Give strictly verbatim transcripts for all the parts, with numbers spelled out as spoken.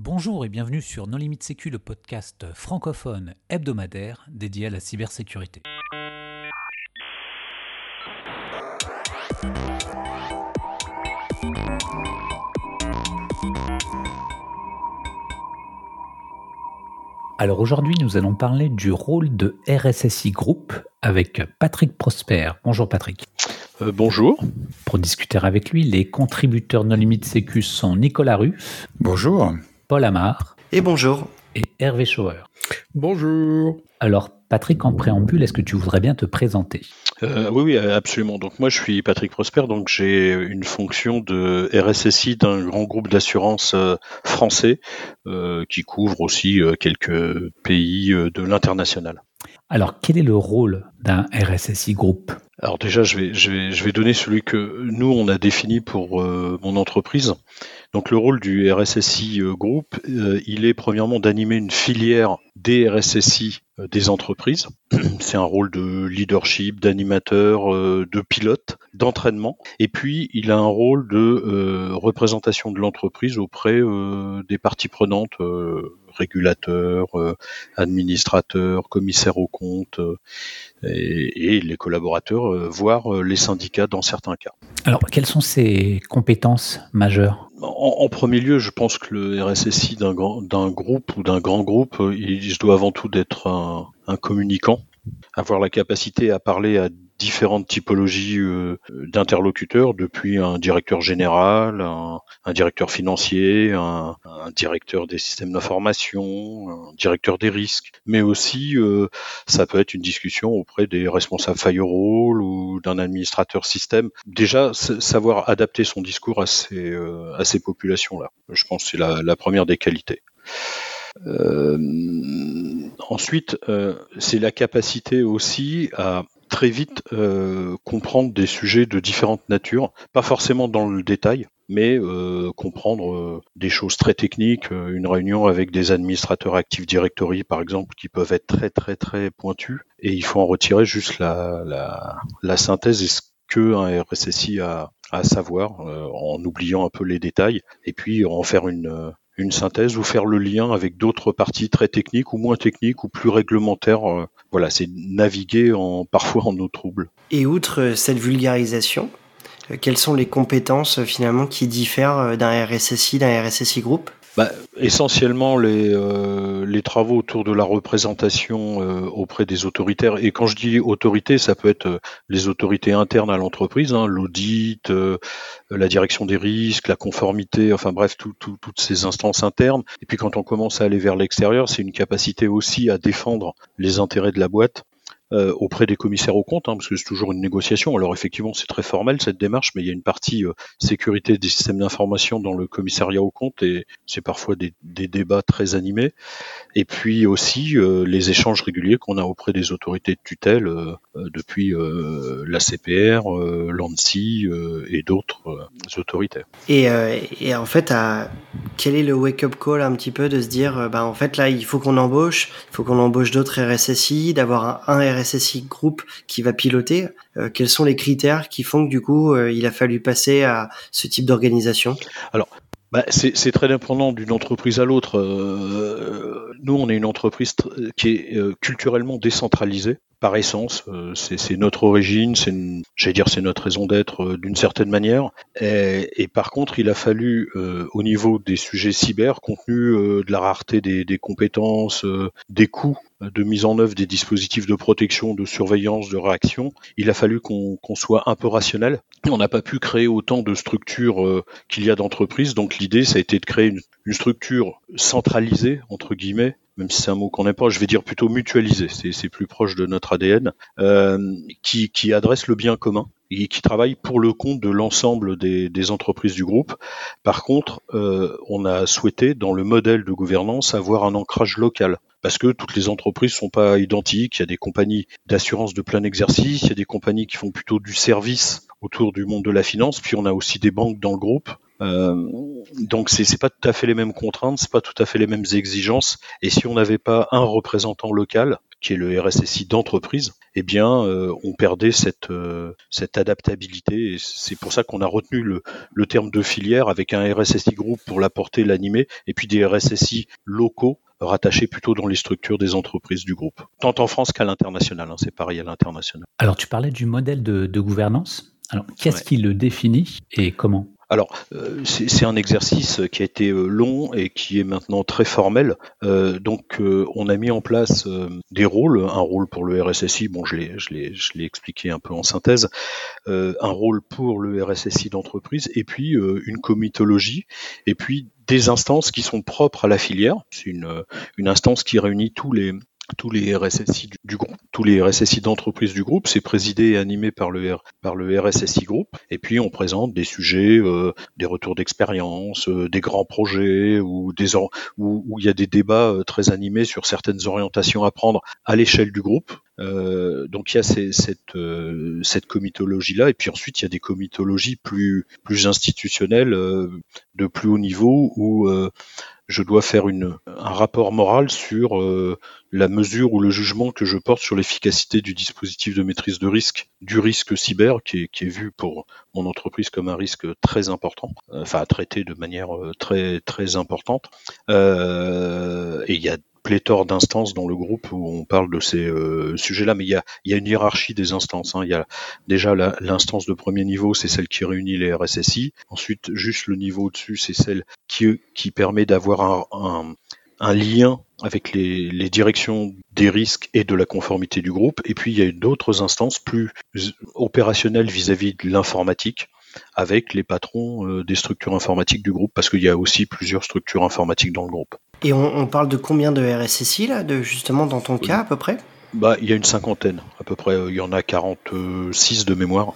Bonjour et bienvenue sur Non Limite Sécu, le podcast francophone hebdomadaire dédié à la cybersécurité. Alors aujourd'hui, nous allons parler du rôle de R S S I Group avec Patrick Prosper. Bonjour Patrick. Euh, bonjour. Pour discuter avec lui, les contributeurs Non Limite Sécu sont Nicolas Ruff. Bonjour. Paul Amar. Et bonjour. Et Hervé Schauer. Bonjour. Alors Patrick, en préambule, est-ce que tu voudrais bien te présenter ? Euh, oui, oui, absolument. Donc moi, je suis Patrick Prosper, donc j'ai une fonction de R S S I d'un grand groupe d'assurance euh, français euh, qui couvre aussi euh, quelques pays euh, de l'international. Alors, quel est le rôle d'un R S S I Group ? Alors déjà, je vais, je vais, je vais donner celui que nous, on a défini pour euh, mon entreprise. Donc le rôle du R S S I euh, Group, euh, il est premièrement d'animer une filière des R S S I euh, des entreprises. C'est un rôle de leadership, d'animateur, euh, de pilote, d'entraînement. Et puis, il a un rôle de euh, représentation de l'entreprise auprès euh, des parties prenantes, euh, régulateurs, euh, administrateurs, commissaires aux comptes euh, et, et les collaborateurs, euh, voire euh, les syndicats dans certains cas. Alors, quelles sont ses compétences majeures ? En, en premier lieu, je pense que le R S S I d'un, grand, d'un groupe ou d'un grand groupe, il, il doit avant tout d'être un, un communicant, avoir la capacité à parler à différentes typologies euh, d'interlocuteurs, depuis un directeur général, un, un directeur financier, un, un directeur des systèmes d'information, un directeur des risques, mais aussi euh, ça peut être une discussion auprès des responsables firewall ou d'un administrateur système. Déjà, savoir adapter son discours à ces, euh, à ces populations-là, je pense que c'est la, la première des qualités. Euh, ensuite, euh, c'est la capacité aussi à très vite euh, comprendre des sujets de différentes natures, pas forcément dans le détail, mais euh, comprendre euh, des choses très techniques, euh, une réunion avec des administrateurs Active Directory par exemple, qui peuvent être très très très pointus, et il faut en retirer juste la, la, la synthèse et ce qu'un R S S I a à savoir, euh, en oubliant un peu les détails, et puis en faire une une synthèse ou faire le lien avec d'autres parties très techniques ou moins techniques ou plus réglementaires. Euh, voilà, c'est naviguer en, parfois en eau trouble. Et outre cette vulgarisation, euh, quelles sont les compétences euh, finalement qui diffèrent d'un R S S I, d'un R S S I Group ? Bah, essentiellement les, euh, les travaux autour de la représentation euh, auprès des autoritaires. Et quand je dis autorité, ça peut être euh, les autorités internes à l'entreprise, hein, l'audit, euh, la direction des risques, la conformité, enfin bref, tout, tout, toutes ces instances internes. Et puis quand on commence à aller vers l'extérieur, c'est une capacité aussi à défendre les intérêts de la boîte. Euh, auprès des commissaires aux comptes, hein, parce que c'est toujours une négociation. Alors effectivement, c'est très formel cette démarche, mais il y a une partie euh, sécurité des systèmes d'information dans le commissariat aux comptes, et c'est parfois des, des débats très animés. Et puis aussi euh, les échanges réguliers qu'on a auprès des autorités de tutelle, euh, euh, depuis euh, la C P R, euh, l'ANSSI euh, et d'autres euh, autorités. Et, euh, et en fait, à, quel est le wake-up call un petit peu de se dire, euh, bah, en fait là, il faut qu'on embauche, il faut qu'on embauche d'autres R S S I, d'avoir un, un R S S I Group qui va piloter. Euh, quels sont les critères qui font que du coup, euh, il a fallu passer à ce type d'organisation ? Alors, Bah, c'est, c'est très dépendant d'une entreprise à l'autre. Euh, nous, on est une entreprise tr- qui est euh, culturellement décentralisée par essence. Euh, c'est, c'est notre origine, c'est, une, j'allais dire, c'est notre raison d'être euh, d'une certaine manière. Et, et par contre, il a fallu, euh, au niveau des sujets cyber, compte tenu euh, de la rareté des, des compétences, euh, des coûts de mise en œuvre des dispositifs de protection, de surveillance, de réaction, il a fallu qu'on, qu'on soit un peu rationnel. On n'a pas pu créer autant de structures euh, qu'il y a d'entreprises, donc l'idée, ça a été de créer une, une structure centralisée, entre guillemets, même si c'est un mot qu'on n'aime pas, je vais dire plutôt mutualisée, c'est, c'est plus proche de notre A D N, euh, qui, qui adresse le bien commun et qui travaille pour le compte de l'ensemble des, des entreprises du groupe. Par contre, euh, on a souhaité, dans le modèle de gouvernance, avoir un ancrage local. Parce que toutes les entreprises sont pas identiques. Il y a des compagnies d'assurance de plein exercice, il y a des compagnies qui font plutôt du service autour du monde de la finance, puis on a aussi des banques dans le groupe. Euh, donc c'est, c'est pas tout à fait les mêmes contraintes, c'est pas tout à fait les mêmes exigences. Et si on n'avait pas un représentant local, qui est le R S S I d'entreprise, eh bien, euh, on perdait cette, euh, cette adaptabilité. Et c'est pour ça qu'on a retenu le, le terme de filière avec un R S S I groupe pour la portée, l'animer, et puis des R S S I locaux rattachés plutôt dans les structures des entreprises du groupe. Tant en France qu'à l'international, hein, c'est pareil à l'international. Alors, tu parlais du modèle de, de gouvernance. Alors, qu'est-ce Ouais. qui le définit et comment ? Alors, euh, c'est, c'est un exercice qui a été euh, long et qui est maintenant très formel. Euh, donc, euh, on a mis en place euh, des rôles. Un rôle pour le R S S I, bon, je l'ai, je l'ai, je l'ai expliqué un peu en synthèse. Euh, un rôle pour le R S S I d'entreprise, et puis euh, une comitologie, et puis des instances qui sont propres à la filière. C'est une, une instance qui réunit tous les tous les R S S I du, du groupe, tous les R S S I d'entreprise du groupe. C'est présidé et animé par le, R, par le R S S I groupe. Et puis on présente des sujets, euh, des retours d'expérience, euh, des grands projets, ou des or- où, où il y a des débats euh, très animés sur certaines orientations à prendre à l'échelle du groupe. Euh, donc il y a ces, cette, euh, cette comitologie-là, et puis ensuite il y a des comitologies plus, plus institutionnelles, euh, de plus haut niveau, où euh, je dois faire une, un rapport moral sur euh, la mesure ou le jugement que je porte sur l'efficacité du dispositif de maîtrise de risque, du risque cyber, qui est, qui est vu pour mon entreprise comme un risque très important, euh, enfin à traiter de manière euh, très, très importante. Euh, et il y a pléthore d'instances dans le groupe où on parle de ces euh, sujets-là, mais il y a, il y a une hiérarchie des instances. Hein. Il y a déjà la, l'instance de premier niveau, c'est celle qui réunit les R S S I. Ensuite, juste le niveau au-dessus, c'est celle qui, qui permet d'avoir un, un, un lien avec les, les directions des risques et de la conformité du groupe. Et puis, il y a d'autres instances plus opérationnelles vis-à-vis de l'informatique, avec les patrons euh, des structures informatiques du groupe, parce qu'il y a aussi plusieurs structures informatiques dans le groupe. Et on, on parle de combien de R S S I, là, de, justement, dans ton oui. cas, à peu près ? Bah, il y a une cinquantaine, à peu près. Il y en a quarante-six de mémoire.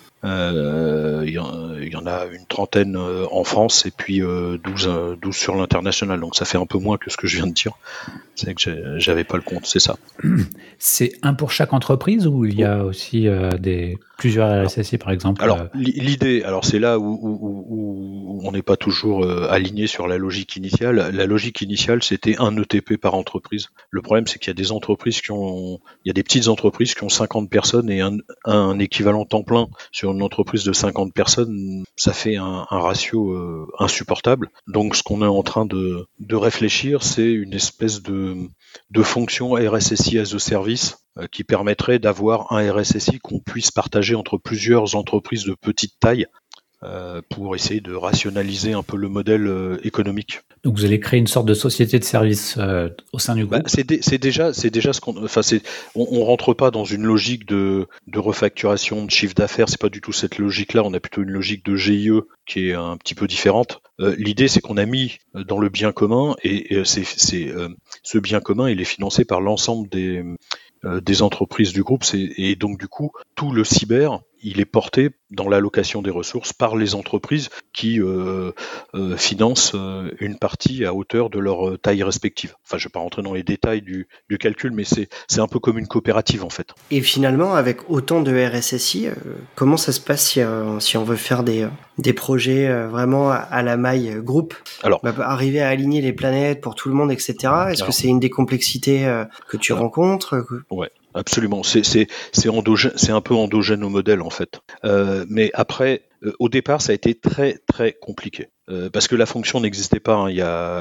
Euh, il, y en, il y en a une trentaine en France, et puis euh, douze, douze sur l'international. Donc ça fait un peu moins que ce que je viens de dire. C'est que j'ai, j'avais pas le compte, c'est ça. C'est un pour chaque entreprise, ou il y a aussi euh, des plusieurs R S S I, par exemple? Alors, euh... l'idée, alors c'est là où, où, où, où on n'est pas toujours euh, aligné sur la logique initiale. La logique initiale, c'était un E T P par entreprise. Le problème, c'est qu'il y a des entreprises qui ont, il y a des petites entreprises qui ont cinquante personnes, et un, un équivalent temps plein sur une entreprise de cinquante personnes, ça fait un, un ratio euh, insupportable. Donc, ce qu'on est en train de, de réfléchir, c'est une espèce de de fonction R S S I as a service euh, qui permettrait d'avoir un R S S I qu'on puisse partager entre plusieurs entreprises de petite taille euh, pour essayer de rationaliser un peu le modèle euh, économique. Donc vous allez créer une sorte de société de service euh, au sein du groupe. Bah, c'est, dé, c'est déjà, c'est déjà ce qu'on, enfin c'est, on, on rentre pas dans une logique de, de refacturation de chiffre d'affaires. C'est pas du tout cette logique-là. On a plutôt une logique de G I E qui est un petit peu différente. Euh, l'idée, c'est qu'on a mis dans le bien commun, et, et c'est, c'est euh, ce bien commun, il est financé par l'ensemble des euh, des entreprises du groupe. C'est, et donc du coup, tout le cyber, il est porté dans l'allocation des ressources par les entreprises qui euh, euh, financent euh, une partie à hauteur de leur euh, taille respective. Enfin, je ne vais pas rentrer dans les détails du, du calcul, mais c'est, c'est un peu comme une coopérative en fait. Et finalement, avec autant de R S S I, euh, comment ça se passe si, euh, si on veut faire des, des projets euh, vraiment à, à la maille euh, groupe ? Alors, bah, arriver à aligner les planètes pour tout le monde, et cetera. Est-ce alors, que c'est une des complexités euh, que tu alors, rencontres que... Ouais. Absolument, c'est c'est c'est endogène, c'est un peu endogène au modèle en fait. Euh, mais après, euh, au départ, ça a été très très compliqué euh, parce que la fonction n'existait pas hein, il y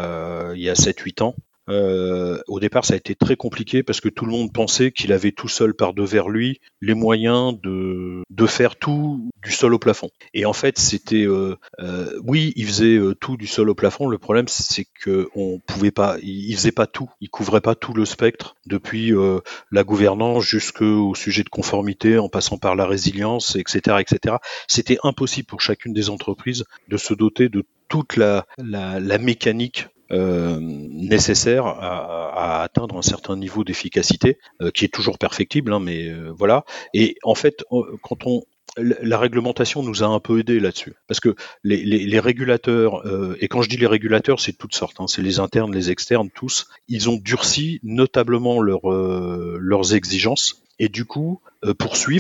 a il y a sept huit ans. Euh, au départ, ça a été très compliqué parce que tout le monde pensait qu'il avait tout seul par devers lui les moyens de de faire tout du sol au plafond. Et en fait, c'était euh, euh, oui, il faisait euh, tout du sol au plafond. Le problème, c'est que on pouvait pas, il, il faisait pas tout, il couvrait pas tout le spectre depuis euh, la gouvernance jusqu'au sujet de conformité, en passant par la résilience, et cetera, et cetera. C'était impossible pour chacune des entreprises de se doter de toute la la, la mécanique Euh, nécessaire à, à atteindre un certain niveau d'efficacité euh, qui est toujours perfectible, hein, mais euh, voilà. Et en fait, on, quand on la réglementation nous a un peu aidé là-dessus, parce que les, les, les régulateurs, euh, et quand je dis les régulateurs, c'est de toutes sortes, hein, c'est les internes, les externes, tous, ils ont durci notablement leur, euh, leurs exigences, et du coup, euh, pour suivre,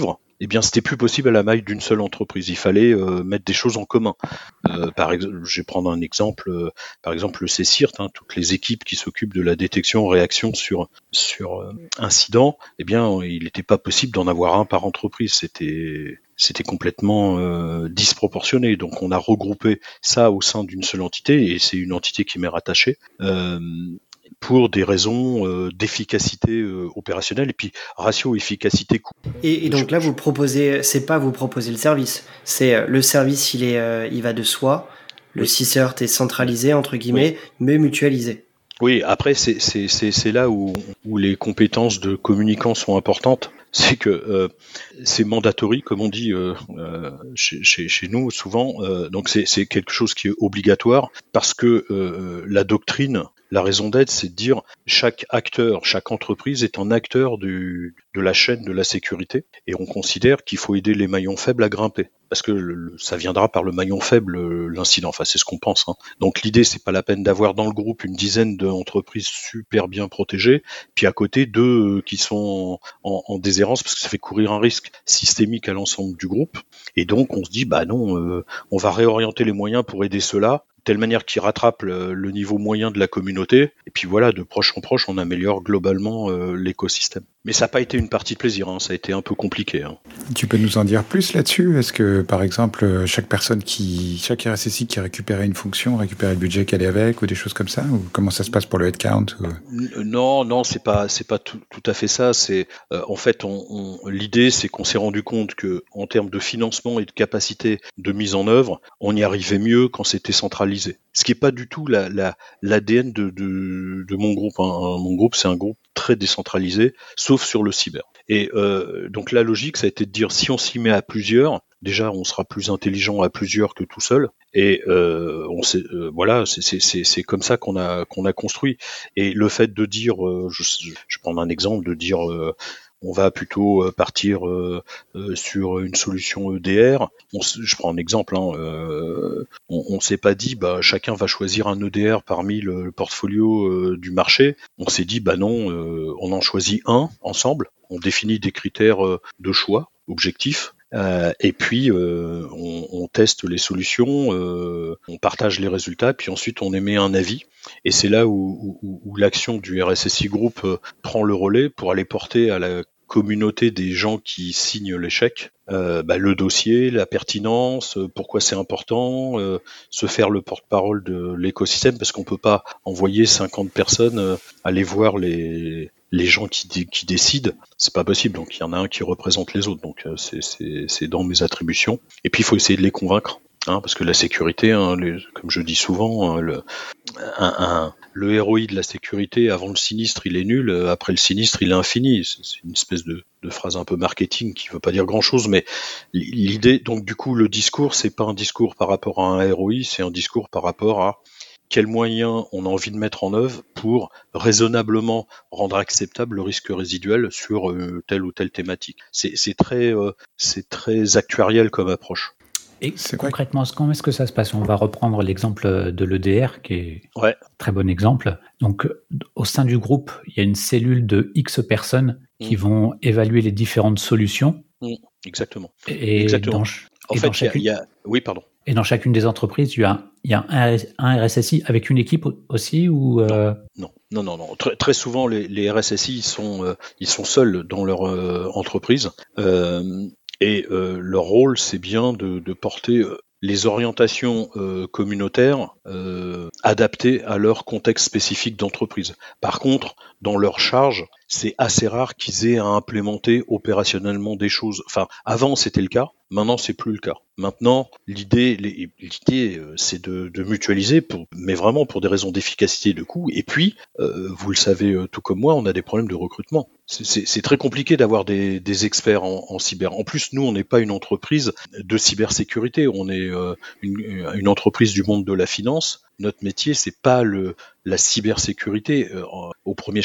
eh bien, c'était plus possible à la maille d'une seule entreprise. Il fallait euh, mettre des choses en commun. Euh, par exemple, je vais prendre un exemple. Euh, par exemple, le C C I R T, hein, toutes les équipes qui s'occupent de la détection, réaction sur sur euh, incident, eh bien, il n'était pas possible d'en avoir un par entreprise. C'était c'était complètement euh, disproportionné. Donc, on a regroupé ça au sein d'une seule entité, et c'est une entité qui m'est rattachée. Euh, pour des raisons euh, d'efficacité euh, opérationnelle et puis ratio efficacité-coût. Et, et donc là, vous proposez, c'est pas vous proposer le service, c'est euh, le service, il est, euh, il va de soi. Le oui. C C I R T est centralisé entre guillemets, oui. mais mutualisé. Oui, après c'est c'est c'est c'est là où où les compétences de communicants sont importantes. C'est que euh, c'est mandatory, comme on dit euh, euh, chez, chez chez nous souvent. Euh, donc c'est c'est quelque chose qui est obligatoire parce que euh, la doctrine, la raison d'être, c'est de dire chaque acteur, chaque entreprise est un acteur du de la chaîne de la sécurité, et on considère qu'il faut aider les maillons faibles à grimper. Parce que le, ça viendra par le maillon faible, l'incident. Enfin, c'est ce qu'on pense. Hein. Donc l'idée, c'est pas la peine d'avoir dans le groupe une dizaine d'entreprises super bien protégées, puis à côté deux qui sont en, en, en déshérence, parce que ça fait courir un risque systémique à l'ensemble du groupe. Et donc on se dit, bah non, euh, on va réorienter les moyens pour aider ceux-là, de telle manière qu'ils rattrapent le, le niveau moyen de la communauté. Et puis voilà, de proche en proche, on améliore globalement euh, l'écosystème. Mais ça n'a pas été une partie de plaisir, hein, ça a été un peu compliqué. Hein. Tu peux nous en dire plus là-dessus ? Est-ce que, par exemple, chaque personne qui, chaque R S S I qui récupérait une fonction, récupérait le budget qu'elle est avec, ou des choses comme ça ? Ou comment ça se passe pour le headcount ou... Non, non, c'est pas, c'est pas tout, tout à fait ça. C'est, euh, en fait, on, on, l'idée, c'est qu'on s'est rendu compte que, en termes de financement et de capacité de mise en œuvre, on y arrivait mieux quand c'était centralisé. Ce qui est pas du tout la, la, l'A D N de, de, de mon groupe. Hein. Mon groupe, c'est un groupe très décentralisé, sauf sur le cyber. Et euh, donc la logique, ça a été de dire, si on s'y met à plusieurs, déjà on sera plus intelligent à plusieurs que tout seul. Et euh, on sait, euh, voilà, c'est, c'est, c'est, c'est comme ça qu'on a qu'on a construit. Et le fait de dire, euh, je, je prends un exemple, de dire euh, on va plutôt partir euh, euh, sur une solution E D R. On, je prends un exemple. Hein, euh, on, on s'est pas dit, bah chacun va choisir un E D R parmi le, le portfolio euh, du marché. On s'est dit, bah non, euh, on en choisit un ensemble. On définit des critères euh, de choix objectifs. Euh, et puis euh, on, on teste les solutions, euh, on partage les résultats, puis ensuite on émet un avis. Et c'est là où, où, où l'action du R S S I Group euh, prend le relais pour aller porter à la communauté des gens qui signent les chèques, euh, bah, le dossier, la pertinence, euh, pourquoi c'est important, euh, se faire le porte-parole de l'écosystème, parce qu'on peut pas envoyer cinquante personnes euh, aller voir les les gens qui, qui décident, c'est pas possible. Donc il y en a un qui représente les autres. Donc euh, c'est, c'est, c'est dans mes attributions. Et puis il faut essayer de les convaincre, hein, parce que la sécurité, hein, les, comme je dis souvent, hein, le, un, un, le R O I de la sécurité avant le sinistre, il est nul. Après le sinistre, il est infini. C'est, c'est une espèce de, de phrase un peu marketing qui veut pas dire grand-chose, mais l'idée. Donc du coup, le discours, c'est pas un discours par rapport à un R O I, c'est un discours par rapport à quels moyens on a envie de mettre en œuvre pour raisonnablement rendre acceptable le risque résiduel sur euh, telle ou telle thématique. C'est, c'est, très, euh, c'est très actuariel comme approche. Et c'est concrètement, comment est-ce que ça se passe ? On va reprendre l'exemple de l'E D R, qui est ouais. un très bon exemple. Donc, au sein du groupe, il y a une cellule de X personnes qui mmh. vont évaluer les différentes solutions. Mmh. Exactement. Et Exactement. Dans, en et fait, dans chacune... il y, y a... Oui, pardon. Et dans chacune des entreprises, il y a, il y a un, un R S S I avec une équipe aussi ou euh... Non, non, non, non. Très, très souvent, les, les R S S I ils sont, euh, ils sont seuls dans leur euh, entreprise euh, et euh, leur rôle, c'est bien de, de porter euh, les orientations euh, communautaires euh, adaptées à leur contexte spécifique d'entreprise. Par contre, dans leur charge, c'est assez rare qu'ils aient à implémenter opérationnellement des choses. Enfin, avant, c'était le cas. Maintenant, c'est plus le cas. Maintenant, l'idée, l'idée, c'est de, de mutualiser, pour, mais vraiment pour des raisons d'efficacité et de coût. Et puis, euh, vous le savez tout comme moi, on a des problèmes de recrutement. C'est, c'est, c'est très compliqué d'avoir des, des experts en, en cyber. En plus, nous, on n'est pas une entreprise de cybersécurité. On est euh, une, une entreprise du monde de la finance. Notre métier, c'est pas le, la cybersécurité euh, au premier chef.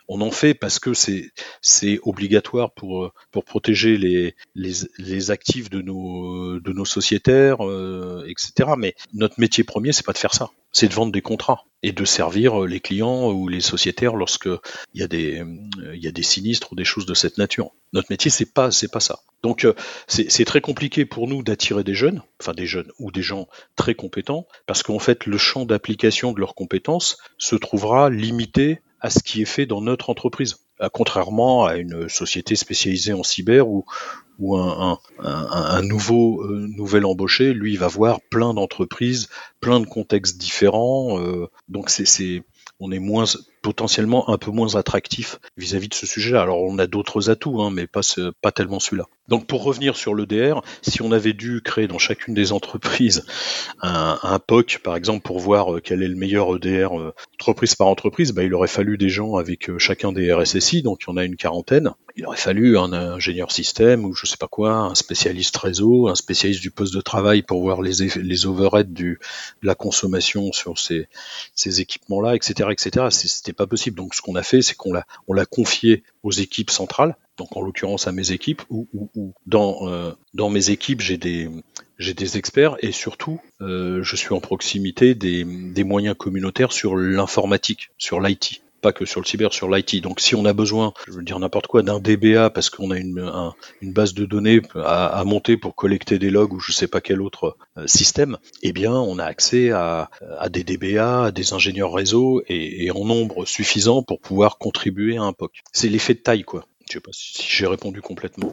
On en fait parce que c'est c'est obligatoire pour pour protéger les les les actifs de nos de nos sociétaires, euh, et cetera. Mais notre métier premier, c'est pas de faire ça. C'est de vendre des contrats et de servir les clients ou les sociétaires lorsque il y a des il y a des sinistres ou des choses de cette nature. Notre métier, c'est pas c'est pas ça. Donc c'est c'est très compliqué pour nous d'attirer des jeunes, enfin des jeunes ou des gens très compétents, parce qu'en fait le champ d'application de leurs compétences se trouvera limité à ce qui est fait dans notre entreprise, contrairement à une société spécialisée en cyber où où un, un, un, un nouveau euh, nouvel embauché, lui, il va voir plein d'entreprises, plein de contextes différents. Euh, donc c'est, c'est, on est moins potentiellement un peu moins attractif vis-à-vis de ce sujet-là. Alors on a d'autres atouts, hein, mais pas ce, pas tellement celui-là. Donc pour revenir sur l'E D R, si on avait dû créer dans chacune des entreprises un, un P O C, par exemple, pour voir quel est le meilleur E D R euh, entreprise par entreprise, bah, il aurait fallu des gens avec euh, chacun des R S S I, donc il y en a une quarantaine. Il aurait fallu un ingénieur système ou je sais pas quoi, un spécialiste réseau, un spécialiste du poste de travail pour voir les eff- les overheads du de la consommation sur ces ces équipements-là, et cetera, et cetera. C'était pas possible. Donc ce qu'on a fait, c'est qu'on l'a on l'a confié aux équipes centrales. Donc en l'occurrence à mes équipes, ou, ou, ou dans euh, dans mes équipes j'ai des j'ai des experts et surtout euh, je suis en proximité des des moyens communautaires sur l'informatique, sur l'I T. Pas que sur le cyber, sur l'I T. Donc si on a besoin, je veux dire n'importe quoi, d'un D B A parce qu'on a une, un, une base de données à, à monter pour collecter des logs ou je sais pas quel autre euh, système, eh bien on a accès à, à des D B A, à des ingénieurs réseau et, et en nombre suffisant pour pouvoir contribuer à un P O C. C'est l'effet de taille, quoi. Je sais pas si j'ai répondu complètement.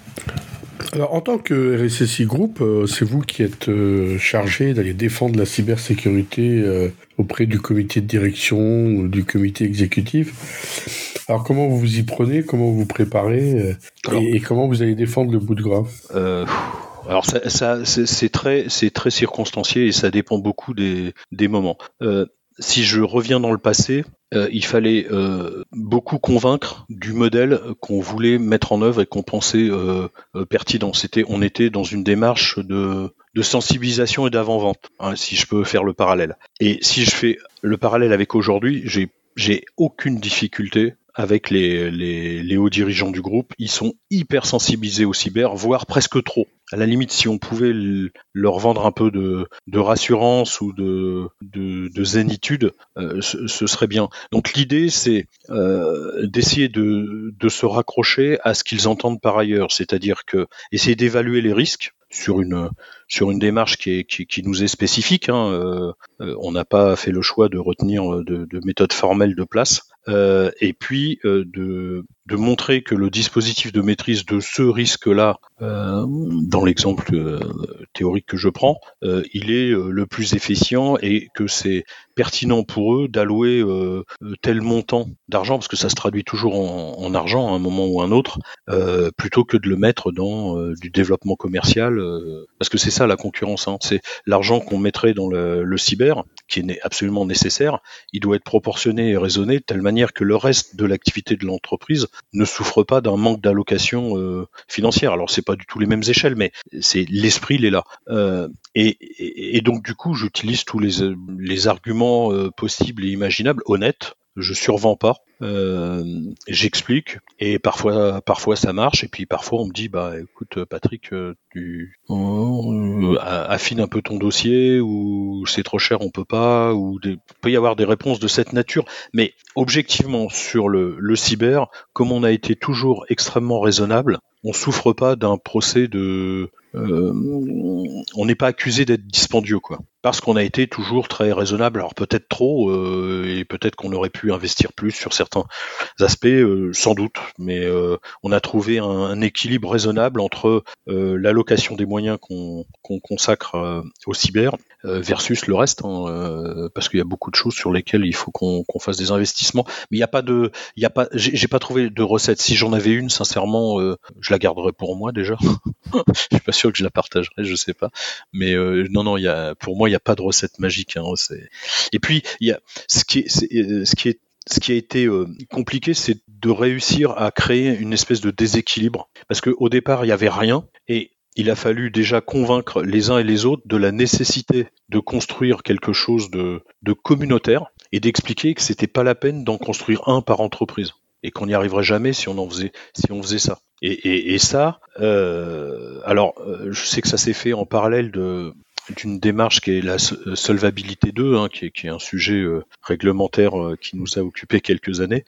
Alors, en tant que R S S I Group, euh, c'est vous qui êtes euh, chargé d'aller défendre la cybersécurité euh, auprès du comité de direction ou du comité exécutif. Alors, comment vous vous y prenez, comment vous vous préparez euh, alors, et, et comment vous allez défendre le bout de gras euh... Alors ça, ça c'est, c'est très, c'est très circonstancié et ça dépend beaucoup des, des moments. Euh, si je reviens dans le passé, euh, il fallait euh, beaucoup convaincre du modèle qu'on voulait mettre en œuvre et qu'on pensait euh, euh, pertinent. C'était, on était dans une démarche de, de sensibilisation et d'avant-vente, hein, si je peux faire le parallèle. Et si je fais le parallèle avec aujourd'hui, j'ai, j'ai aucune difficulté avec les, les, les hauts dirigeants du groupe. Ils sont hyper sensibilisés au cyber, voire presque trop. À la limite, si on pouvait l- leur vendre un peu de, de rassurance ou de, de, de zénitude, euh, ce, ce serait bien. Donc l'idée, c'est euh, d'essayer de, de se raccrocher à ce qu'ils entendent par ailleurs, c'est-à-dire que essayer d'évaluer les risques sur une sur une démarche qui est qui, qui nous est spécifique. Hein. Euh, euh, on n'a pas fait le choix de retenir de, de méthodes formelles de place. Euh, et puis euh, de, de montrer que le dispositif de maîtrise de ce risque-là, euh, dans l'exemple euh, théorique que je prends, euh, il est euh, le plus efficient et que c'est pertinent pour eux d'allouer euh, tel montant d'argent, parce que ça se traduit toujours en, en argent à un moment ou un autre, euh, plutôt que de le mettre dans euh, du développement commercial, euh, parce que c'est ça la concurrence, hein, c'est l'argent qu'on mettrait dans le, le cyber, qui est absolument nécessaire, il doit être proportionné et raisonné de telle manière que le reste de l'activité de l'entreprise ne souffre pas d'un manque d'allocation euh, financière. Alors c'est pas du tout les mêmes échelles, mais c'est l'esprit il est là. Euh, et, et, et donc du coup, j'utilise tous les, les arguments euh, possibles et imaginables, honnêtes. Je survends pas, euh, j'explique et parfois, parfois ça marche et puis parfois on me dit bah écoute Patrick, tu euh, affine un peu ton dossier ou c'est trop cher, on peut pas, ou il peut y avoir des réponses de cette nature. Mais objectivement sur le, le cyber, comme on a été toujours extrêmement raisonnable, on souffre pas d'un procès de euh, on n'est pas accusé d'être dispendieux, quoi, parce qu'on a été toujours très raisonnable. Alors peut-être trop, euh, et peut-être qu'on aurait pu investir plus sur certains aspects, euh, sans doute, mais euh, on a trouvé un, un équilibre raisonnable entre euh, l'allocation des moyens qu'on, qu'on consacre euh, au cyber euh, versus le reste, hein, euh, parce qu'il y a beaucoup de choses sur lesquelles il faut qu'on, qu'on fasse des investissements. Mais il n'y a pas de, il y a pas, j'ai, j'ai pas trouvé de recette. Si j'en avais une, sincèrement, euh, je la garderais pour moi déjà. Je suis pas sûr que je la partagerais, je sais pas. Mais euh, non, non, il y a, pour moi, il n'y a pas de recette magique. Hein, c'est... Et puis, il y a ce qui est, c'est, ce qui est, ce qui a été euh, compliqué, c'est de réussir à créer une espèce de déséquilibre, parce que au départ, il y avait rien, et il a fallu déjà convaincre les uns et les autres de la nécessité de construire quelque chose de, de communautaire et d'expliquer que c'était pas la peine d'en construire un par entreprise. et qu'on n'y arriverait jamais si on en faisait, si on faisait ça. Et, et, et ça, euh, alors, euh, je sais que ça s'est fait en parallèle de d'une démarche qui est la solvabilité deux, hein, qui, est, qui est un sujet euh, réglementaire euh, qui nous a occupé quelques années.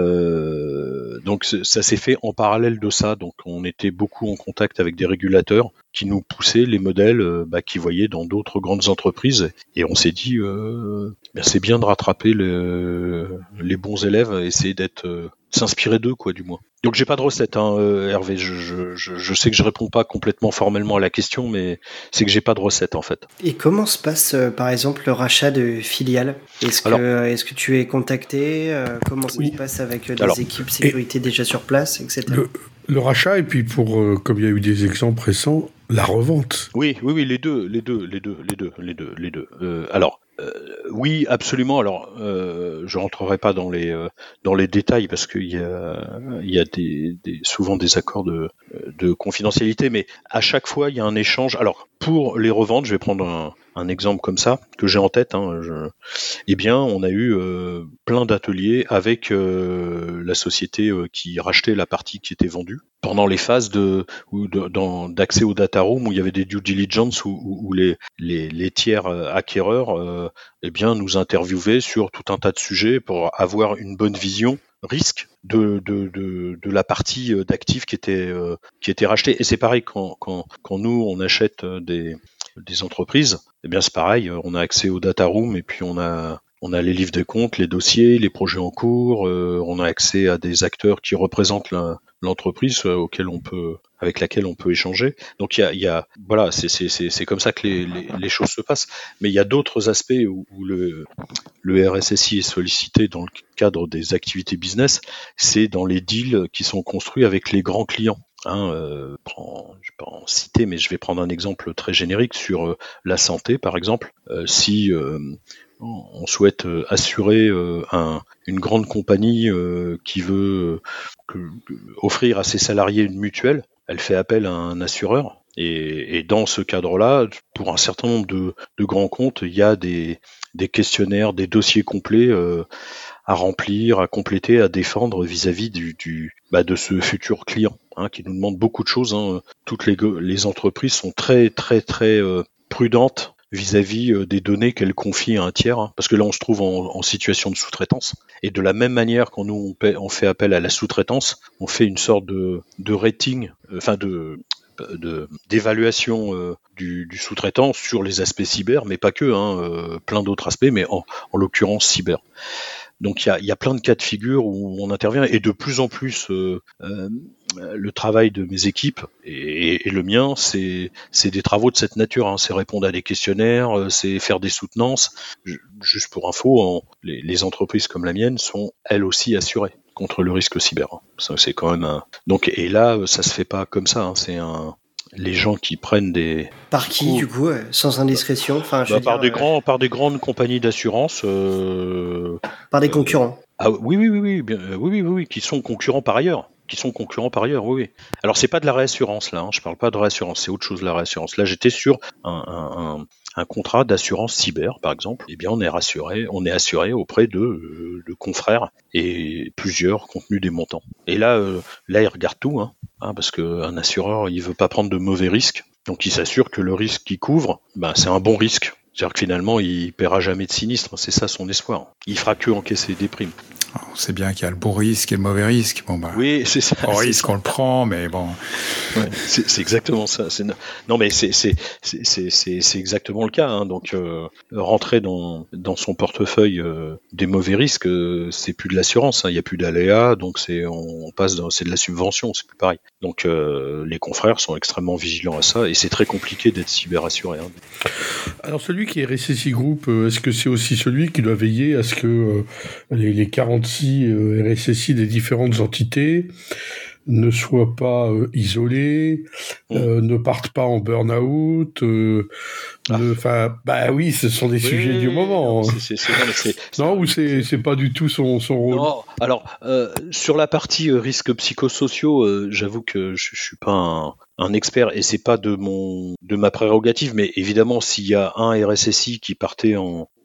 Euh, donc ça s'est fait en parallèle de ça. Donc on était beaucoup en contact avec des régulateurs qui nous poussaient les modèles euh, bah, qu'ils voyaient dans d'autres grandes entreprises. Et on s'est dit, euh, bah, c'est bien de rattraper le, les bons élèves, essayer d'être euh, s'inspirer d'eux, quoi, du moins. Donc j'ai pas de recette, hein, euh, Hervé. Je, je, je, je sais que je réponds pas complètement formellement à la question, mais c'est que j'ai pas de recette en fait. Et comment se passe, euh, par exemple, le rachat de filiales ? Est-ce que, Alors, est-ce que tu es contacté ? euh, Comment ça oui. se passe avec euh, des Alors, équipes sécurité déjà sur place, et cetera. Le, le rachat et puis pour, euh, comme il y a eu des exemples récents, la revente. Oui, oui, oui, les deux, les deux, les deux, les deux, les deux, les deux. Euh, alors. Euh, oui, absolument. Alors, euh, je rentrerai pas dans les euh, dans les détails parce qu'il y a il y a des, des souvent des accords de de confidentialité, mais à chaque fois il y a un échange. Alors pour les reventes, je vais prendre un, un exemple comme ça que j'ai en tête. Hein, je, eh bien, on a eu euh, plein d'ateliers avec euh, la société euh, qui rachetait la partie qui était vendue pendant les phases de, ou de dans, d'accès au data room où il y avait des due diligence où, où, où les, les les tiers euh, acquéreurs euh, eh bien nous interviewaient sur tout un tas de sujets pour avoir une bonne vision risque de de de, de la partie d'actifs qui était euh, qui était rachetée. Et c'est pareil quand quand quand nous on achète des des entreprises, eh bien c'est pareil, on a accès au data room et puis on a on a les livres de compte, les dossiers, les projets en cours, euh, on a accès à des acteurs qui représentent la, l'entreprise euh, auquel on peut, avec laquelle on peut échanger. Donc il y a, il y a voilà, c'est c'est c'est c'est comme ça que les, les les choses se passent. Mais il y a d'autres aspects où, où le le R S S I est sollicité dans le cadre des activités business, c'est dans les deals qui sont construits avec les grands clients. Hein, euh, prends, je vais pas en citer, mais je vais prendre un exemple très générique sur euh, la santé, par exemple. Euh, si euh, on souhaite euh, assurer euh, un, une grande compagnie euh, qui veut euh, que, que, offrir à ses salariés une mutuelle, elle fait appel à un assureur. Et, et dans ce cadre-là, pour un certain nombre de, de grands comptes, il y a des, des questionnaires, des dossiers complets euh, à remplir, à compléter, à défendre vis-à-vis du, du bah de ce futur client, hein, qui nous demande beaucoup de choses. Hein. Toutes les, les entreprises sont très très très euh, prudentes vis-à-vis euh, des données qu'elles confient à un tiers, hein, parce que là on se trouve en, en situation de sous-traitance. Et de la même manière, quand nous on, paie, on fait appel à la sous-traitance, on fait une sorte de, de rating, enfin euh, de De, d'évaluation euh, du, du sous-traitant sur les aspects cyber, mais pas que, hein, euh, plein d'autres aspects, mais en, en l'occurrence cyber. Donc il y a, y a plein de cas de figure où on intervient, et de plus en plus euh, euh, le travail de mes équipes et, et le mien, c'est, c'est des travaux de cette nature, hein. C'est répondre à des questionnaires, c'est faire des soutenances. Juste pour info, en, les, les entreprises comme la mienne sont elles aussi assurées contre le risque cyber. Ça, c'est quand même un... Donc, et là, ça se fait pas comme ça, hein. C'est un... les gens qui prennent des... Par qui, oh, du coup, ouais, sans indiscrétion, enfin, je bah, veux par dire, des grands, par des grandes compagnies d'assurance. Euh, par des concurrents. Euh, ah oui, oui, oui, oui, bien, oui, oui, oui, oui, qui sont concurrents par ailleurs. Qui sont concurrents par ailleurs, oui, oui. Alors c'est pas de la réassurance là, hein. Je parle pas de réassurance, c'est autre chose la réassurance. Là, j'étais sur un, un, un, un contrat d'assurance cyber, par exemple. Eh bien, on est rassuré, on est assuré auprès de, euh, de confrères et plusieurs contenus des montants. Et là, euh, là, ils regardent tout, hein, hein, parce qu'un assureur, il veut pas prendre de mauvais risques, donc il s'assure que le risque qu'il couvre, ben c'est un bon risque. C'est-à-dire que finalement, il paiera jamais de sinistre. C'est ça son espoir. Il fera que encaisser des primes. On sait bien qu'il y a le bon risque et le mauvais risque. Bon, bah, oui, c'est ça. Bon c'est risque, ça. on le prend, mais bon. Ouais, c'est, c'est exactement ça. C'est, non, mais c'est, c'est, c'est, c'est, c'est, c'est exactement le cas. Hein. Donc, euh, rentrer dans, dans son portefeuille euh, des mauvais risques, euh, c'est plus de l'assurance. Hein. Il n'y a plus d'aléas, donc c'est, on passe dans, c'est de la subvention, c'est plus pareil. Donc, euh, les confrères sont extrêmement vigilants à ça, et c'est très compliqué d'être cyberassuré. Hein. Alors, celui qui est R S S I Group, est-ce que c'est aussi celui qui doit veiller à ce que euh, les, les quarante-six euh, R S S I des différentes entités ne soient pas euh, isolés, mmh. euh, ne partent pas en burn-out, euh, enfin, ah. bah oui, ce sont des oui, sujets du moment. Non, c'est, c'est, c'est, non, c'est, c'est, non ou c'est, c'est pas du tout son, son rôle. Non, alors euh, sur la partie euh, risques psychosociaux, euh, j'avoue que je, je suis pas un, un expert et c'est pas de mon de ma prérogative, mais évidemment s'il y a un R S S I qui partait en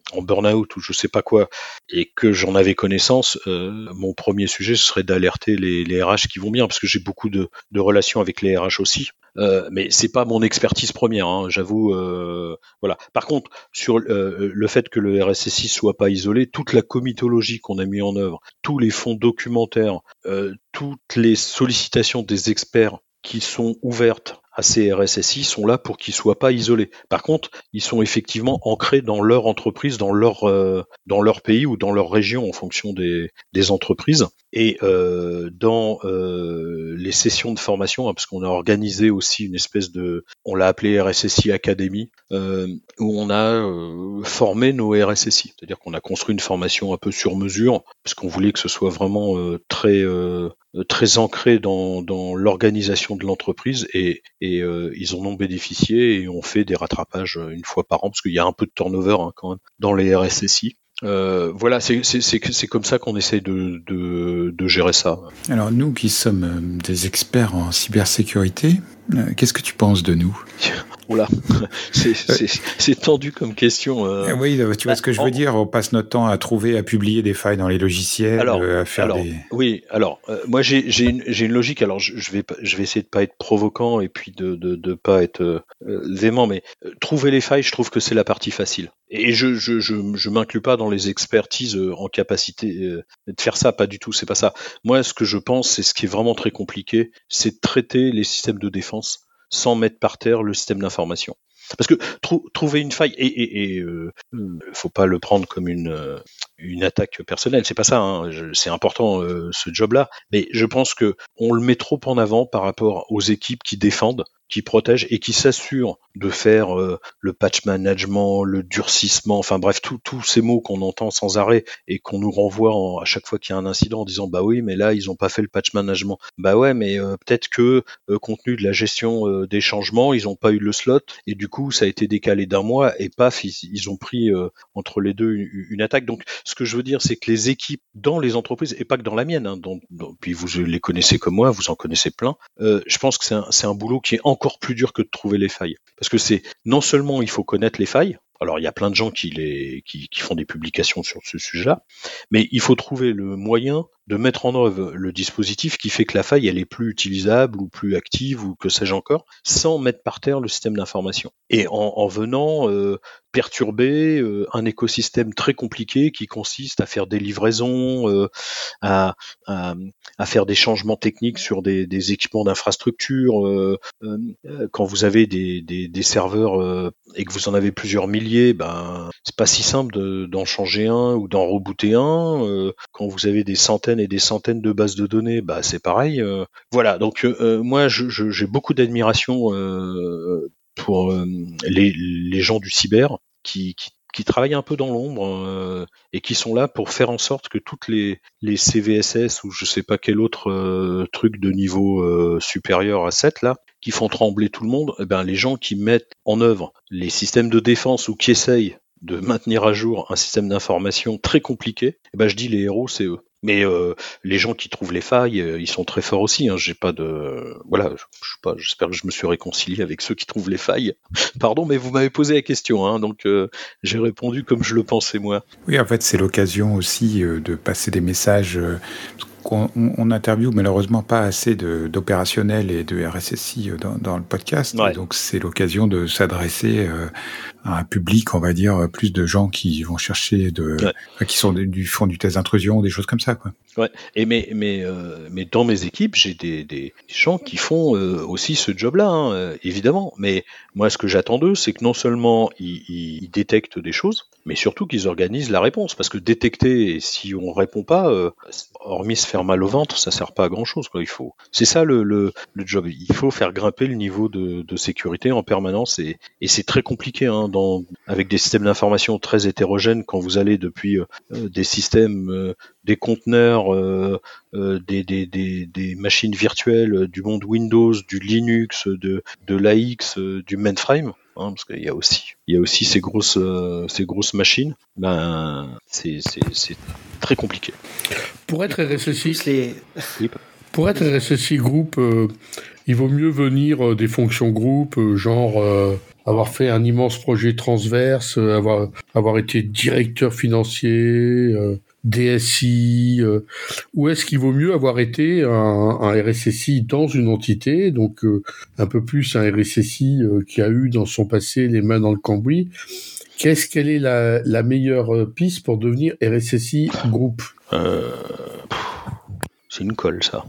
en burn-out ou je sais pas quoi, et que j'en avais connaissance, euh, mon premier sujet ce serait d'alerter les, les R H qui vont bien, parce que j'ai beaucoup de, de relations avec les R H aussi. Euh, mais c'est pas mon expertise première, hein, j'avoue. Euh, voilà. Par contre, sur euh, le fait que le R S S I soit pas isolé, toute la comitologie qu'on a mis en œuvre, tous les fonds documentaires, euh, toutes les sollicitations des experts qui sont ouvertes à ces R S S I sont là pour qu'ils soient pas isolés. Par contre, ils sont effectivement ancrés dans leur entreprise, dans leur euh, dans leur pays ou dans leur région en fonction des, des entreprises. Et euh, dans euh, les sessions de formation, hein, parce qu'on a organisé aussi une espèce de, on l'a appelé R S S I Academy, euh, où on a euh, formé nos R S S I. C'est-à-dire qu'on a construit une formation un peu sur mesure, parce qu'on voulait que ce soit vraiment euh, très euh, très ancré dans, dans l'organisation de l'entreprise, et, et euh, ils en ont bénéficié, et on fait des rattrapages une fois par an, parce qu'il y a un peu de turnover hein, quand même dans les R S S I. Euh, voilà, c'est, c'est, c'est, c'est comme ça qu'on essaie de, de, de gérer ça. Alors nous qui sommes des experts en cybersécurité, euh, qu'est-ce que tu penses de nous ? Oula, c'est, c'est, c'est tendu comme question. Euh... Oui, tu vois ce que je veux dire. On passe notre temps à trouver, à publier des failles dans les logiciels, alors, à faire alors, des. Oui, alors euh, moi j'ai, j'ai, une, j'ai une logique. Alors je, je vais, je vais essayer de pas être provoquant et puis de, de, de pas être euh, véhément, mais euh, trouver les failles, je trouve que c'est la partie facile. Et je, je, je, je m'inclus pas dans les expertises euh, en capacité euh, de faire ça, pas du tout. C'est pas ça. Moi, ce que je pense, c'est ce qui est vraiment très compliqué, c'est de traiter les systèmes de défense sans mettre par terre le système d'information. Parce que trou- trouver une faille, et, et, et euh, faut pas le prendre comme une euh, une attaque personnelle, c'est pas ça. Hein, je, c'est important euh, ce job-là, mais je pense que on le met trop en avant par rapport aux équipes qui défendent, qui protègent et qui s'assurent de faire euh, le patch management, le durcissement, enfin bref, tous ces mots qu'on entend sans arrêt et qu'on nous renvoie en, à chaque fois qu'il y a un incident en disant bah oui, mais là ils ont pas fait le patch management. Bah ouais, mais euh, peut-être que euh, compte tenu de la gestion euh, des changements, ils ont pas eu le slot et du coup ça a été décalé d'un mois et paf, ils, ils ont pris euh, entre les deux une, une attaque. Donc ce que je veux dire, c'est que les équipes dans les entreprises, et pas que dans la mienne, hein, dans, dans, puis vous les connaissez comme moi, vous en connaissez plein, euh, je pense que c'est un, c'est un boulot qui est encore plus dur que de trouver les failles. Parce que c'est, non seulement il faut connaître les failles, alors il y a plein de gens qui, les, qui, qui font des publications sur ce sujet-là, mais il faut trouver le moyen de mettre en œuvre le dispositif qui fait que la faille elle est plus utilisable ou plus active ou que sais-je encore, sans mettre par terre le système d'information. Et en, en venant euh, perturber euh, un écosystème très compliqué qui consiste à faire des livraisons, euh, à, à, à faire des changements techniques sur des, des équipements d'infrastructure. Euh, euh, quand vous avez des, des, des serveurs euh, et que vous en avez plusieurs milliers, ben c'est pas si simple de, d'en changer un ou d'en rebooter un. Euh, quand vous avez des centaines et des centaines de bases de données, bah c'est pareil. Euh, voilà, donc euh, moi je, je, j'ai beaucoup d'admiration euh, pour euh, les, les gens du cyber qui, qui, qui travaillent un peu dans l'ombre euh, et qui sont là pour faire en sorte que toutes les, les C V S S ou je sais pas quel autre euh, truc de niveau euh, supérieur à sept là, qui font trembler tout le monde, eh ben les gens qui mettent en œuvre les systèmes de défense ou qui essayent de maintenir à jour un système d'information très compliqué, eh ben je dis les héros c'est eux. Mais euh, les gens qui trouvent les failles, euh, ils sont très forts aussi. Hein. J'ai pas de, voilà, je, je sais pas. J'espère que je me suis réconcilié avec ceux qui trouvent les failles. Pardon, mais vous m'avez posé la question, hein, donc euh, j'ai répondu comme je le pensais moi. Oui, en fait, c'est l'occasion aussi euh, de passer des messages. Euh, on, on interviewe malheureusement pas assez de, d'opérationnels et de R S S I dans, dans le podcast, ouais. Donc c'est l'occasion de s'adresser euh, à un public, on va dire, plus de gens qui vont chercher de, ouais. qui sont du font du test d'intrusion, des choses comme ça, quoi. Ouais. Et mais mais euh, mais dans mes équipes, j'ai des des gens qui font euh, aussi ce job-là, hein, euh, évidemment. Mais moi, ce que j'attends d'eux, c'est que non seulement ils, ils détectent des choses, mais surtout qu'ils organisent la réponse. Parce que détecter, et si on répond pas, euh, hormis se faire mal au ventre, ça sert pas à grand-chose, quoi. Il faut, c'est ça le le le job. Il faut faire grimper le niveau de de sécurité en permanence, et et c'est très compliqué, hein, dans avec des systèmes d'information très hétérogènes quand vous allez depuis euh, des systèmes euh, des conteneurs, euh, euh, des, des, des, des machines virtuelles, euh, du monde Windows, du Linux, de, de l'A X, euh, du mainframe, hein, parce qu'il y a aussi, il y a aussi ces grosses, euh, ces grosses machines. Ben, c'est, c'est, c'est très compliqué. Pour être R S S I, les... pour être R S S I groupe, euh, il vaut mieux venir euh, des fonctions groupes, euh, genre euh, avoir fait un immense projet transverse, euh, avoir avoir été directeur financier, euh, D S I, euh, ou est-ce qu'il vaut mieux avoir été un, un R S S I dans une entité, donc euh, un peu plus un R S S I euh, qui a eu dans son passé les mains dans le cambouis? Qu'est-ce quelle est la, la meilleure piste pour devenir R S S I groupe? euh, C'est une colle, ça.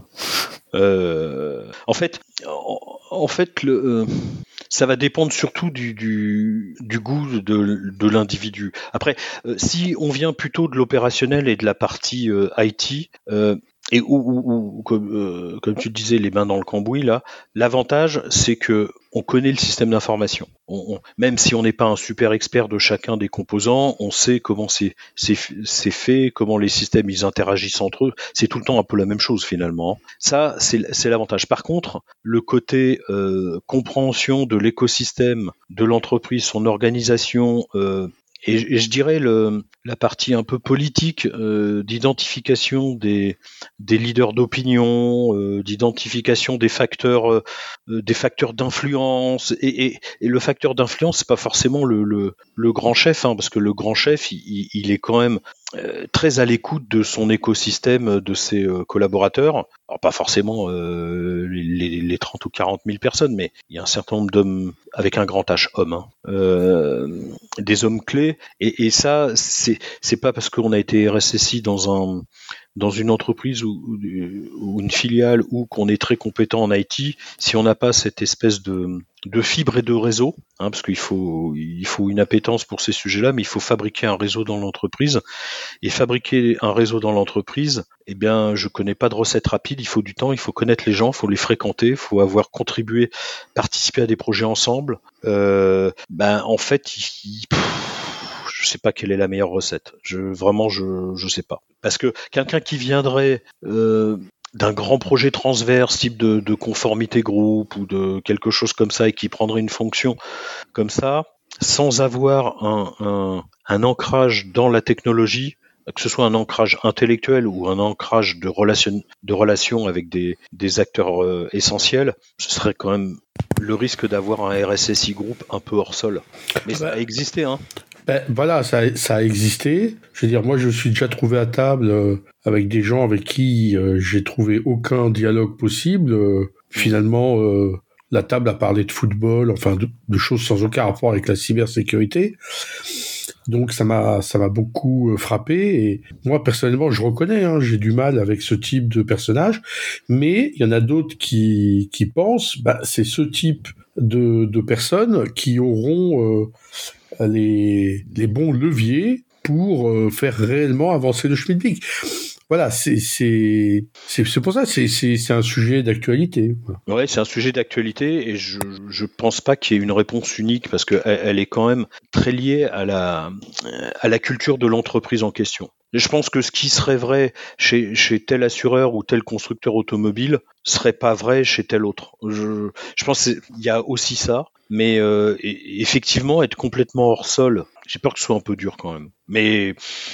Euh, en fait, en, en fait, le, euh, ça va dépendre surtout du, du, du goût de, de l'individu. Après, euh, si on vient plutôt de l'opérationnel et de la partie euh, I T, euh, et où, où, où comme, euh, comme tu le disais, les mains dans le cambouis, là, l'avantage, c'est que on connaît le système d'information. On, on, même si on n'est pas un super expert de chacun des composants, on sait comment c'est, c'est, c'est fait, comment les systèmes ils interagissent entre eux. C'est tout le temps un peu la même chose finalement. Ça, c'est, c'est l'avantage. Par contre, le côté euh, compréhension de l'écosystème, de l'entreprise, son organisation, euh, Et, et je dirais le, la partie un peu politique euh, d'identification des, des leaders d'opinion, euh, d'identification des facteurs, euh, des facteurs d'influence. Et, et, et le facteur d'influence, c'est pas forcément le, le, le grand chef, hein, parce que le grand chef, il, il est quand même euh, très à l'écoute de son écosystème, de ses euh, collaborateurs. Alors pas forcément euh, les, les trente ou quarante mille personnes, mais il y a un certain nombre d'hommes avec un grand H, hommes, hein, euh, des hommes clés. Et, et ça, c'est, c'est pas parce qu'on a été R S S I dans un dans une entreprise ou, ou une filiale ou qu'on est très compétent en I T, si on n'a pas cette espèce de, de fibre et de réseau, hein, parce qu'il faut, il faut une appétence pour ces sujets-là, mais il faut fabriquer un réseau dans l'entreprise. Et fabriquer un réseau dans l'entreprise, eh bien, je connais pas de recette rapide, il faut du temps, il faut connaître les gens, il faut les fréquenter, il faut avoir contribué, participé à des projets ensemble. Euh, ben, en fait, il, il, pff, je sais pas quelle est la meilleure recette. Je, vraiment, je, je sais pas. Parce que quelqu'un qui viendrait euh, d'un grand projet transverse, type de, de conformité groupe ou de quelque chose comme ça, et qui prendrait une fonction comme ça, sans avoir un, un, un ancrage dans la technologie, que ce soit un ancrage intellectuel ou un ancrage de relation, de relation avec des, des acteurs euh, essentiels, ce serait quand même le risque d'avoir un R S S I groupe un peu hors sol. Mais ça a existé, hein. Ben, voilà, ça, ça a existé. Je veux dire, moi, je me suis déjà trouvé à table euh, avec des gens avec qui euh, j'ai trouvé aucun dialogue possible. Euh, finalement, euh, la table a parlé de football, enfin, de, de choses sans aucun rapport avec la cybersécurité. Donc, ça m'a, ça m'a beaucoup frappé. Et moi, personnellement, je reconnais, hein, j'ai du mal avec ce type de personnage. Mais il y en a d'autres qui, qui pensent, bah, c'est ce type de, de personnes qui auront... Euh, les, les bons leviers pour euh, faire réellement avancer le Schmidtwig. Voilà, c'est, c'est, c'est, c'est pour ça, c'est, c'est, c'est un sujet d'actualité. Ouais, c'est un sujet d'actualité et je, je pense pas qu'il y ait une réponse unique parce qu'elle elle est quand même très liée à la, à la culture de l'entreprise en question. Et je pense que ce qui serait vrai chez, chez tel assureur ou tel constructeur automobile serait pas vrai chez tel autre. Je, je pense qu'il y a aussi ça. Mais euh, effectivement, être complètement hors sol, j'ai peur que ce soit un peu dur quand même. Mais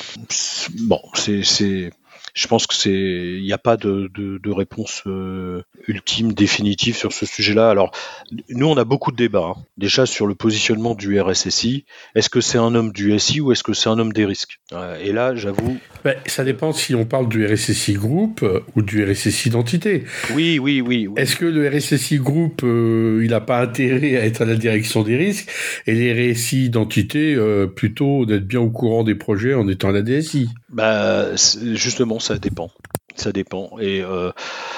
bon, c'est, c'est, je pense que c'est, il n'y a pas de, de, de réponse euh, ultime, définitive sur ce sujet-là. Alors, nous, on a beaucoup de débats. Hein. Déjà sur le positionnement du R S S I. Est-ce que c'est un homme du S I ou est-ce que c'est un homme des risques ? euh, Et là, j'avoue. Ben, ça dépend si on parle du R S S I Group euh, ou du R S S I d'entité. Oui, oui, oui. oui. Est-ce que le R S S I Group, euh, il n'a pas intérêt à être à la direction des risques et les R S I d'entité, euh, plutôt d'être bien au courant des projets en étant à la D S I ? Bah, justement, ça dépend. Ça dépend. Et euh,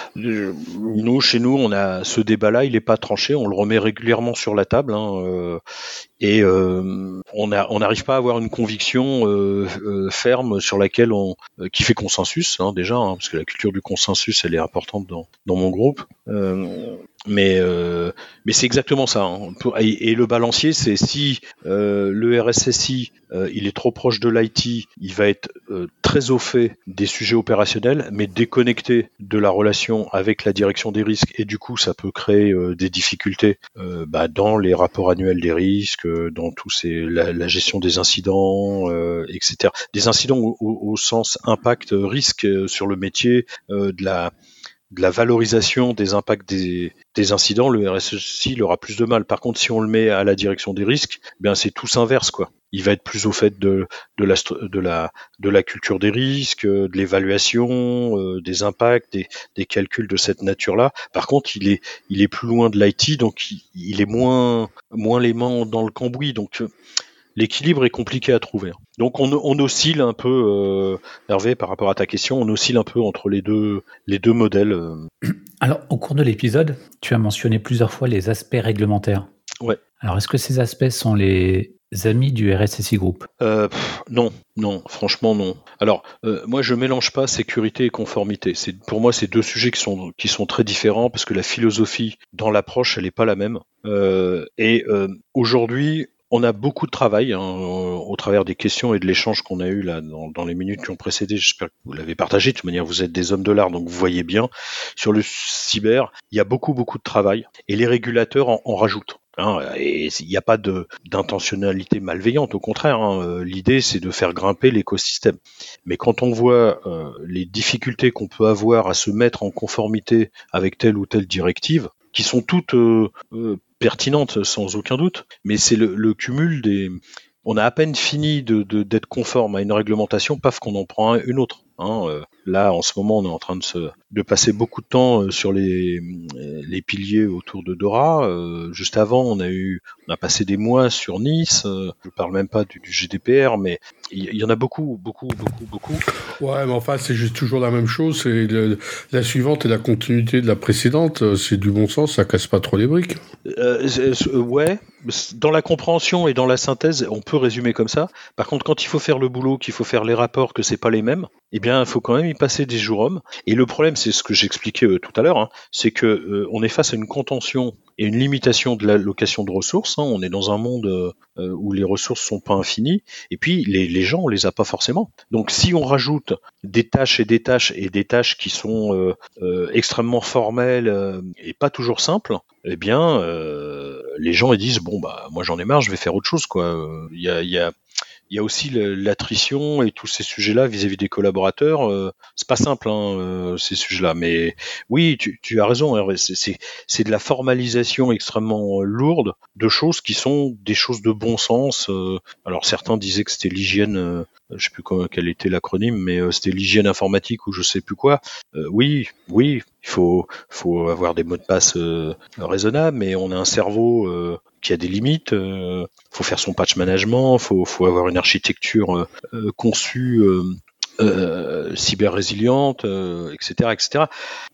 nous, chez nous, on a ce débat-là, il n'est pas tranché, on le remet régulièrement sur la table. Hein, euh, et euh, on a, on n'arrive pas à avoir une conviction euh, euh, ferme sur laquelle on, euh, qui fait consensus hein, déjà, hein, parce que la culture du consensus, elle est importante dans, dans mon groupe. Euh, mais euh, mais c'est exactement ça. Hein. Et, et le balancier, c'est si euh, le R S S I euh, il est trop proche de l'I T, il va être euh, très au fait des sujets opérationnels, mais déconnecté de la relation avec la direction des risques. Et du coup, ça peut créer euh, des difficultés euh, bah, dans les rapports annuels des risques, euh, dans tous ces la, la gestion des incidents, euh, et cetera. Des incidents au, au, au sens impact risque euh, sur le métier, euh, de la de la valorisation des impacts des, des incidents, le R S S I il aura plus de mal. Par contre, si on le met à la direction des risques, eh bien c'est tout inverse, quoi. Il va être plus au fait de, de, la, de, la, de la culture des risques, de l'évaluation, euh, des impacts, des, des calculs de cette nature-là. Par contre, il est, il est plus loin de l'I T, donc il, il est moins, moins les mains dans le cambouis. Donc l'équilibre est compliqué à trouver. Donc on, on oscille un peu, euh, Hervé, par rapport à ta question, on oscille un peu entre les deux, les deux modèles. Alors, au cours de l'épisode, tu as mentionné plusieurs fois les aspects réglementaires. Ouais. Alors, est-ce que ces aspects sont les amis du R S S I Group ? euh, pff, Non, non, franchement non. Alors, euh, moi je mélange pas sécurité et conformité. C'est, pour moi, c'est deux sujets qui sont, qui sont très différents parce que la philosophie dans l'approche, elle n'est pas la même. Euh, et euh, aujourd'hui, on a beaucoup de travail hein, au travers des questions et de l'échange qu'on a eu là dans, dans les minutes qui ont précédé. J'espère que vous l'avez partagé. De toute manière, vous êtes des hommes de l'art, donc vous voyez bien. Sur le cyber, il y a beaucoup, beaucoup de travail et les régulateurs en, en rajoutent. Hein, et il n'y a pas de, d'intentionnalité malveillante, au contraire. Hein, l'idée, c'est de faire grimper l'écosystème. Mais quand on voit euh, les difficultés qu'on peut avoir à se mettre en conformité avec telle ou telle directive, qui sont toutes euh, euh, pertinentes sans aucun doute, mais c'est le, le cumul des... On a à peine fini de, de, d'être conforme à une réglementation, paf, qu'on en prend un, une autre. Hein, euh, là, en ce moment, on est en train de, se, de passer beaucoup de temps euh, sur les, les piliers autour de Dora. Euh, juste avant, on a eu, on a passé des mois sur Nice. Euh, je parle même pas du, du G D P R, mais il y, y en a beaucoup, beaucoup, beaucoup, beaucoup. Ouais, mais enfin, c'est juste toujours la même chose. C'est le, la suivante et la continuité de la précédente. C'est du bon sens, ça casse pas trop les briques. Euh, euh, ouais, dans la compréhension et dans la synthèse, on peut résumer comme ça. Par contre, quand il faut faire le boulot, qu'il faut faire les rapports, que c'est pas les mêmes, eh bien, il faut quand même y passer des jours hommes. Et le problème, c'est ce que j'expliquais euh, tout à l'heure, hein, c'est que euh, on est face à une contention et une limitation de l'allocation de ressources. Hein. On est dans un monde euh, où les ressources sont pas infinies, et puis les, les gens, on les a pas forcément. Donc, si on rajoute des tâches et des tâches et des tâches qui sont euh, euh, extrêmement formelles euh, et pas toujours simples, eh bien, euh, les gens ils disent bon bah moi j'en ai marre, je vais faire autre chose quoi. Il y a, il y a Il y a aussi l'attrition et tous ces sujets-là vis-à-vis des collaborateurs. Euh, c'est pas simple, hein, euh, ces sujets-là. Mais oui, tu, tu as raison, Hervé. C'est, c'est, c'est de la formalisation extrêmement lourde de choses qui sont des choses de bon sens. Euh, alors certains disaient que c'était l'hygiène, euh, je sais plus comment, quel était l'acronyme, mais euh, c'était l'hygiène informatique ou je sais plus quoi. Euh, oui, oui, il faut, faut avoir des mots de passe euh, raisonnables, mais on a un cerveau euh, qui a des limites. Euh, faut faire son patch management, faut, faut avoir une architecture euh, euh, conçue euh, euh, cyber résiliente, euh, et cetera, et cetera.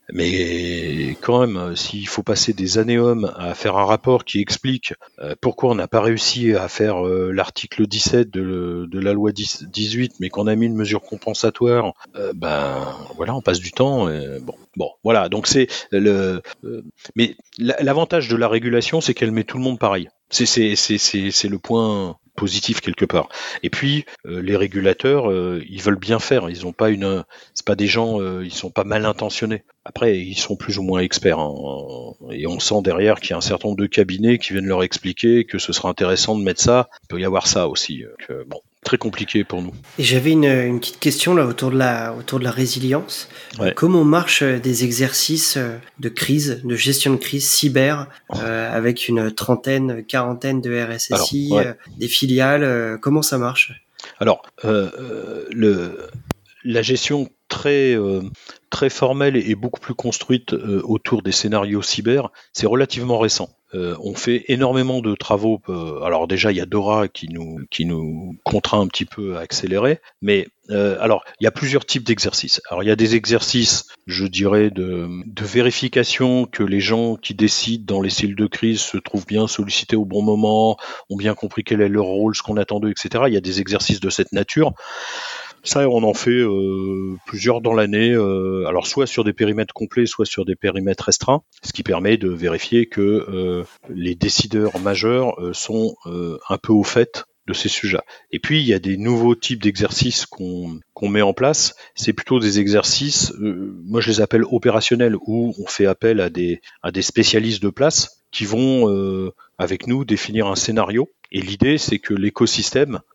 Mais quand même, s'il faut passer des années hommes à faire un rapport qui explique euh, pourquoi on n'a pas réussi à faire euh, l'article dix-sept de, de la loi dix-huit, mais qu'on a mis une mesure compensatoire, euh, ben voilà, on passe du temps. Et, bon, bon, voilà. Donc c'est le. Euh, mais l'avantage de la régulation, c'est qu'elle met tout le monde pareil. C'est c'est c'est c'est, c'est le point positif quelque part. Et puis euh, les régulateurs, euh, ils veulent bien faire. Ils ont pas une, c'est pas des gens, euh, ils sont pas mal intentionnés. Après, ils sont plus ou moins experts, hein, et on sent derrière qu'il y a un certain nombre de cabinets qui viennent leur expliquer que ce sera intéressant de mettre ça. Il peut y avoir ça aussi. Que, bon, très compliqué pour nous. Et j'avais une, une petite question là autour de la autour de la résilience. Ouais. Comment marchent des exercices de crise, de gestion de crise cyber, euh, avec une trentaine, quarantaine de R S S I, Alors, ouais. euh, des filiales. Euh, comment ça marche ? Alors, euh, le la gestion très euh, très formelle et beaucoup plus construite euh, autour des scénarios cyber, c'est relativement récent. Euh, on fait énormément de travaux. Euh, alors déjà, il y a Dora qui nous qui nous contraint un petit peu à accélérer. Mais euh, alors, il y a plusieurs types d'exercices. Alors, il y a des exercices, je dirais, de, de vérification que les gens qui décident dans les cellules de crise se trouvent bien sollicités au bon moment, ont bien compris quel est leur rôle, ce qu'on attend d'eux, et cetera. Il y a des exercices de cette nature. Ça, on en fait euh, plusieurs dans l'année, euh, alors soit sur des périmètres complets, soit sur des périmètres restreints, ce qui permet de vérifier que euh, les décideurs majeurs euh, sont euh, un peu au fait de ces sujets. Et puis, il y a des nouveaux types d'exercices qu'on qu'on met en place. C'est plutôt des exercices, euh, moi je les appelle opérationnels, où on fait appel à des à des spécialistes de place qui vont euh, avec nous définir un scénario. Et l'idée, c'est que l'écosystème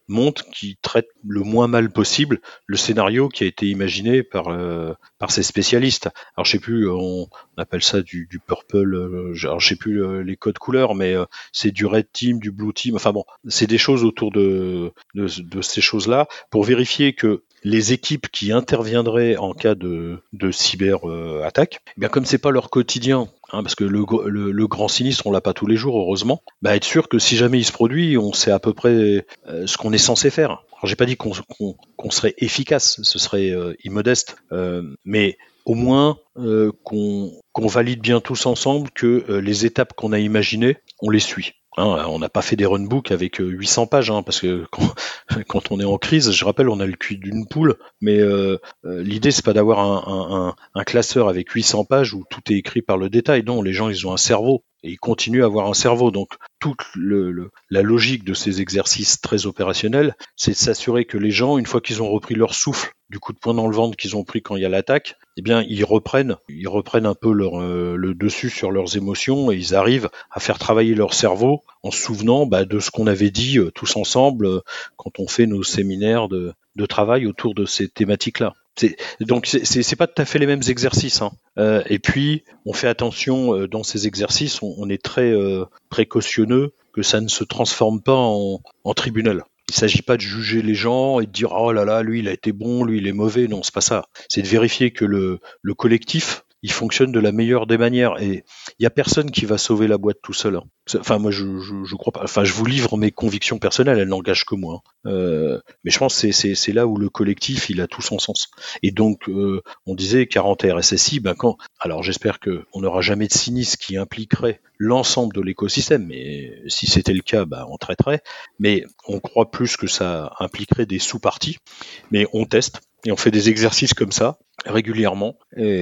montre qu'il traite le moins mal possible le scénario qui a été imaginé par euh, par ces spécialistes. Alors je sais plus, on, on appelle ça du, du purple, euh, alors je sais plus euh, les codes couleurs, mais euh, c'est du red team, du blue team. Enfin bon, c'est des choses autour de de, de ces choses-là pour vérifier que les équipes qui interviendraient en cas de, de cyber euh, attaque, eh bien comme c'est pas leur quotidien, hein, parce que le, le, le grand sinistre on l'a pas tous les jours heureusement, bah être sûr que si jamais il se produit, on sait à peu près euh, ce qu'on est censé faire. Alors j'ai pas dit qu'on, qu'on, qu'on serait efficace, ce serait euh, immodeste, euh, mais au moins euh, qu'on, qu'on valide bien tous ensemble que euh, les étapes qu'on a imaginées, on les suit. Hein, on n'a pas fait des runbooks avec huit cents pages, hein, parce que quand, quand on est en crise, je rappelle, on a le cul d'une poule, mais euh, euh, l'idée c'est pas d'avoir un, un, un classeur avec huit cents pages où tout est écrit par le détail. Non, les gens ils ont un cerveau et ils continuent à avoir un cerveau. Donc toute le, le, la logique de ces exercices très opérationnels, c'est de s'assurer que les gens, une fois qu'ils ont repris leur souffle du coup de poing dans le ventre qu'ils ont pris quand il y a l'attaque, eh bien ils reprennent, ils reprennent un peu leur, euh, le dessus sur leurs émotions et ils arrivent à faire travailler leur cerveau en se souvenant bah, de ce qu'on avait dit euh, tous ensemble euh, quand on fait nos séminaires de, de travail autour de ces thématiques-là. C'est, donc c'est, c'est, c'est pas tout à fait les mêmes exercices. Hein. Euh, et puis on fait attention euh, dans ces exercices, on, on est très euh, précautionneux que ça ne se transforme pas en, en tribunal. Il ne s'agit pas de juger les gens et de dire oh là là, lui il a été bon, lui il est mauvais. Non, c'est pas ça. C'est de vérifier que le, le collectif, il fonctionne de la meilleure des manières. Et il y a personne qui va sauver la boîte tout seul. Hein. Enfin, moi, je, je, je crois pas. Enfin, je vous livre mes convictions personnelles, elles n'engagent que moi. Hein. Euh, mais je pense que c'est, c'est, c'est là où le collectif, il a tout son sens. Et donc, euh, on disait quarante R S S I, ben quand. Alors, j'espère que on n'aura jamais de sinistre qui impliquerait l'ensemble de l'écosystème. Mais si c'était le cas, ben on traiterait. Mais on croit plus que ça impliquerait des sous-parties. Mais on teste et on fait des exercices comme ça régulièrement,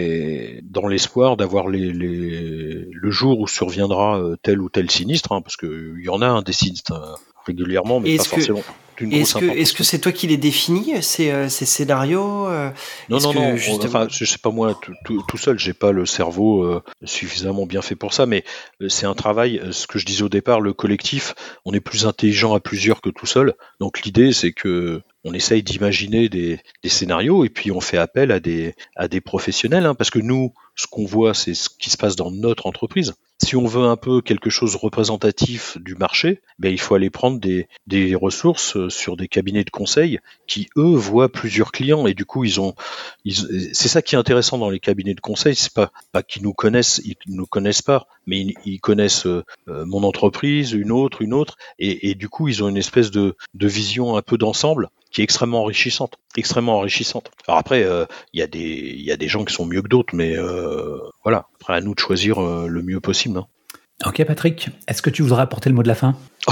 et dans l'espoir d'avoir les, les, le jour où surviendra tel ou tel sinistre, hein, parce qu'il y en a un des sinistres hein, régulièrement, mais est-ce pas que, forcément d'une est-ce grosse que, importance. Est-ce que c'est toi qui les définis, ces, euh, ces scénarios euh, Non, non, non, justement... enfin, je sais pas moi, tout, tout, tout seul, j'ai pas le cerveau euh, suffisamment bien fait pour ça, mais euh, c'est un travail, euh, ce que je disais au départ, le collectif, on est plus intelligent à plusieurs que tout seul, donc l'idée c'est que on essaye d'imaginer des, des scénarios et puis on fait appel à des, à des professionnels, hein, parce que nous, ce qu'on voit, c'est ce qui se passe dans notre entreprise. Si on veut un peu quelque chose de représentatif du marché, ben il faut aller prendre des, des ressources sur des cabinets de conseil qui, eux, voient plusieurs clients et du coup, ils ont, ils, c'est ça qui est intéressant dans les cabinets de conseil, c'est pas, pas qu'ils nous connaissent, ils nous connaissent pas, mais ils, ils connaissent euh, mon entreprise, une autre, une autre, et, et du coup, ils ont une espèce de, de vision un peu d'ensemble qui est extrêmement enrichissante, extrêmement enrichissante. Alors après, il euh, y a des, il y a des gens qui sont mieux que d'autres, mais euh, voilà. Après, à nous de choisir euh, le mieux possible. Hein. Ok, Patrick. Est-ce que tu voudrais apporter le mot de la fin ? Oh,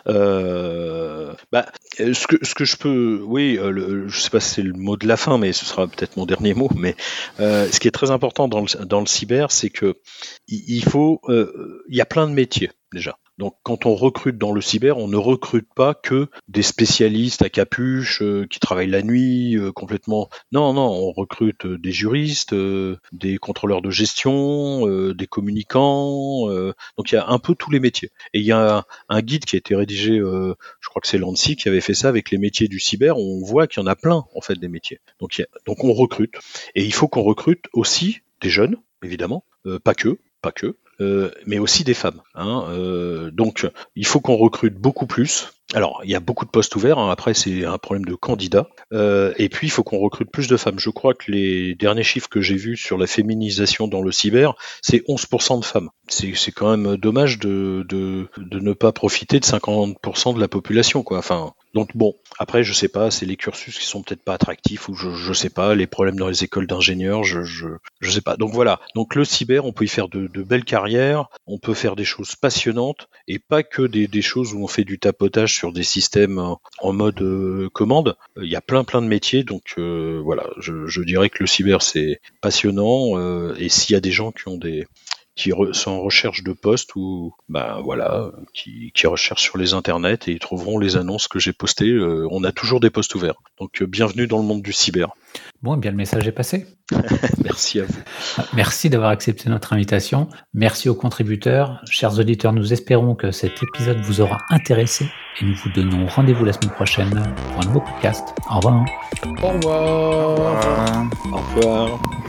euh, bah, ce que ce que je peux, oui, euh, le, je sais pas si c'est le mot de la fin, mais ce sera peut-être mon dernier mot. Mais euh, ce qui est très important dans le dans le cyber, c'est que il faut, il euh, y a plein de métiers déjà. Donc, quand on recrute dans le cyber, on ne recrute pas que des spécialistes à capuche euh, qui travaillent la nuit euh, complètement. Non, non, on recrute euh, des juristes, euh, des contrôleurs de gestion, euh, des communicants. Euh, donc, il y a un peu tous les métiers. Et il y a un, un guide qui a été rédigé, euh, je crois que c'est l'ANSSI qui avait fait ça avec les métiers du cyber. Où on voit qu'il y en a plein en fait des métiers. Donc, il y a, donc on recrute. Et il faut qu'on recrute aussi des jeunes, évidemment, euh, pas que, pas que. Euh, mais aussi des femmes. Hein, euh, donc, il faut qu'on recrute beaucoup plus. Alors, il y a beaucoup de postes ouverts. Hein, après, c'est un problème de candidats. Euh, et puis, il faut qu'on recrute plus de femmes. Je crois que les derniers chiffres que j'ai vus sur la féminisation dans le cyber, c'est onze pour cent de femmes. C'est, c'est quand même dommage de, de, de ne pas profiter de cinquante pour cent de la population, quoi. Enfin, donc bon. Après, je sais pas, c'est les cursus qui sont peut-être pas attractifs ou je, je sais pas, les problèmes dans les écoles d'ingénieurs, je, je, je sais pas. Donc voilà. Donc le cyber, on peut y faire de, de belles carrières, on peut faire des choses passionnantes et pas que des, des choses où on fait du tapotage sur des systèmes en, en mode euh, commande. Il y a plein plein de métiers, donc euh, voilà. Je, je dirais que le cyber c'est passionnant euh, et s'il y a des gens qui ont des qui re, sont en recherche de postes ou ben voilà, qui, qui recherchent sur les internets et ils trouveront les annonces que j'ai postées. Euh, on a toujours des postes ouverts. Donc euh, bienvenue dans le monde du cyber. Bon, eh bien le message est passé. Merci à vous. Merci d'avoir accepté notre invitation. Merci aux contributeurs. Chers auditeurs, nous espérons que cet épisode vous aura intéressé et nous vous donnons rendez-vous la semaine prochaine pour un nouveau podcast. Au revoir. Au revoir. Au revoir. Au revoir.